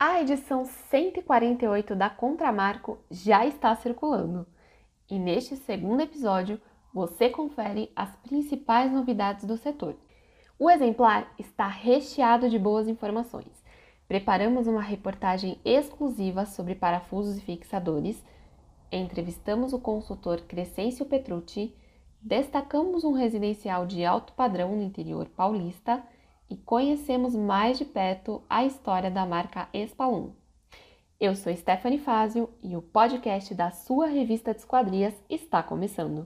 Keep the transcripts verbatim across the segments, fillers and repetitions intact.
A edição cento e quarenta e oito da Contramarco já está circulando e neste segundo episódio você confere as principais novidades do setor. O exemplar está recheado de boas informações. Preparamos uma reportagem exclusiva sobre parafusos e fixadores, entrevistamos o consultor Crescencio Petrucci, destacamos um residencial de alto padrão no interior paulista e conhecemos mais de perto a história da marca Espalum. Eu sou Stephanie Fazio e o podcast da sua revista de esquadrias está começando.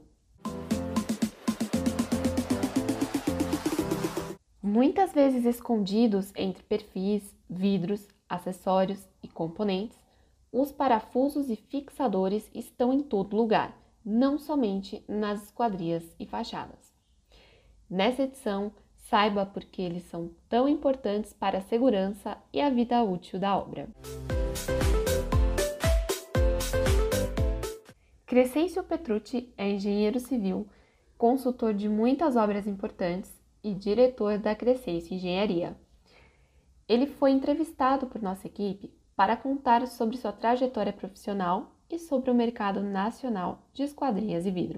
Muitas vezes escondidos entre perfis, vidros, acessórios e componentes, os parafusos e fixadores estão em todo lugar, não somente nas esquadrias e fachadas. Nessa edição, saiba por que eles são tão importantes para a segurança e a vida útil da obra. Crescencio Petrucci é engenheiro civil, consultor de muitas obras importantes e diretor da Crescencio Engenharia. Ele foi entrevistado por nossa equipe para contar sobre sua trajetória profissional e sobre o mercado nacional de esquadrias e vidro.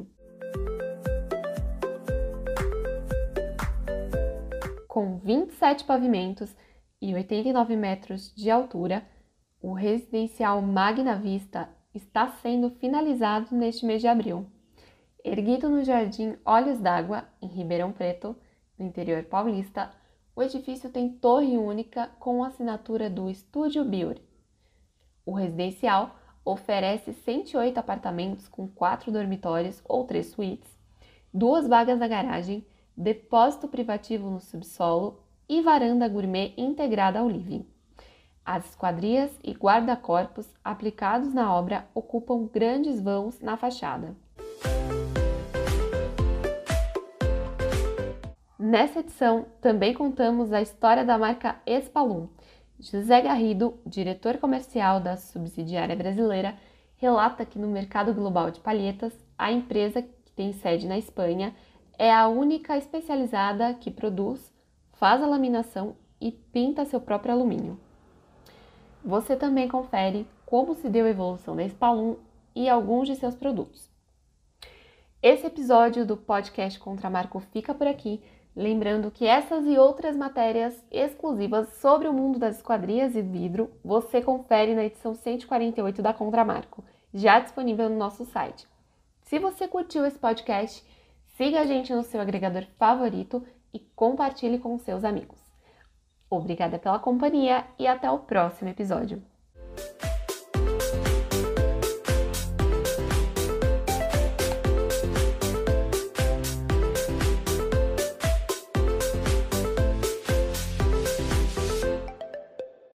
Com vinte e sete pavimentos e oitenta e nove metros de altura, o residencial Magna Vista está sendo finalizado neste mês de abril. Erguido no Jardim Olhos d'Água, em Ribeirão Preto, no interior paulista, o edifício tem torre única com a assinatura do Estúdio Biur. O residencial oferece cento e oito apartamentos com quatro dormitórios ou três suítes, duas vagas na garagem, depósito privativo no subsolo e varanda gourmet integrada ao living. As esquadrias e guarda-corpos aplicados na obra ocupam grandes vãos na fachada. Nessa edição, também contamos a história da marca Espalum. José Garrido, diretor comercial da subsidiária brasileira, relata que no mercado global de palhetas, a empresa, que tem sede na Espanha, é a única especializada que produz, faz a laminação e pinta seu próprio alumínio. Você também confere como se deu a evolução da Espalum e alguns de seus produtos. Esse episódio do podcast Contramarco fica por aqui, lembrando que essas e outras matérias exclusivas sobre o mundo das esquadrias e vidro você confere na edição cento e quarenta e oito da Contramarco, já disponível no nosso site. Se você curtiu esse podcast, siga a gente no seu agregador favorito e compartilhe com seus amigos. Obrigada pela companhia e até o próximo episódio.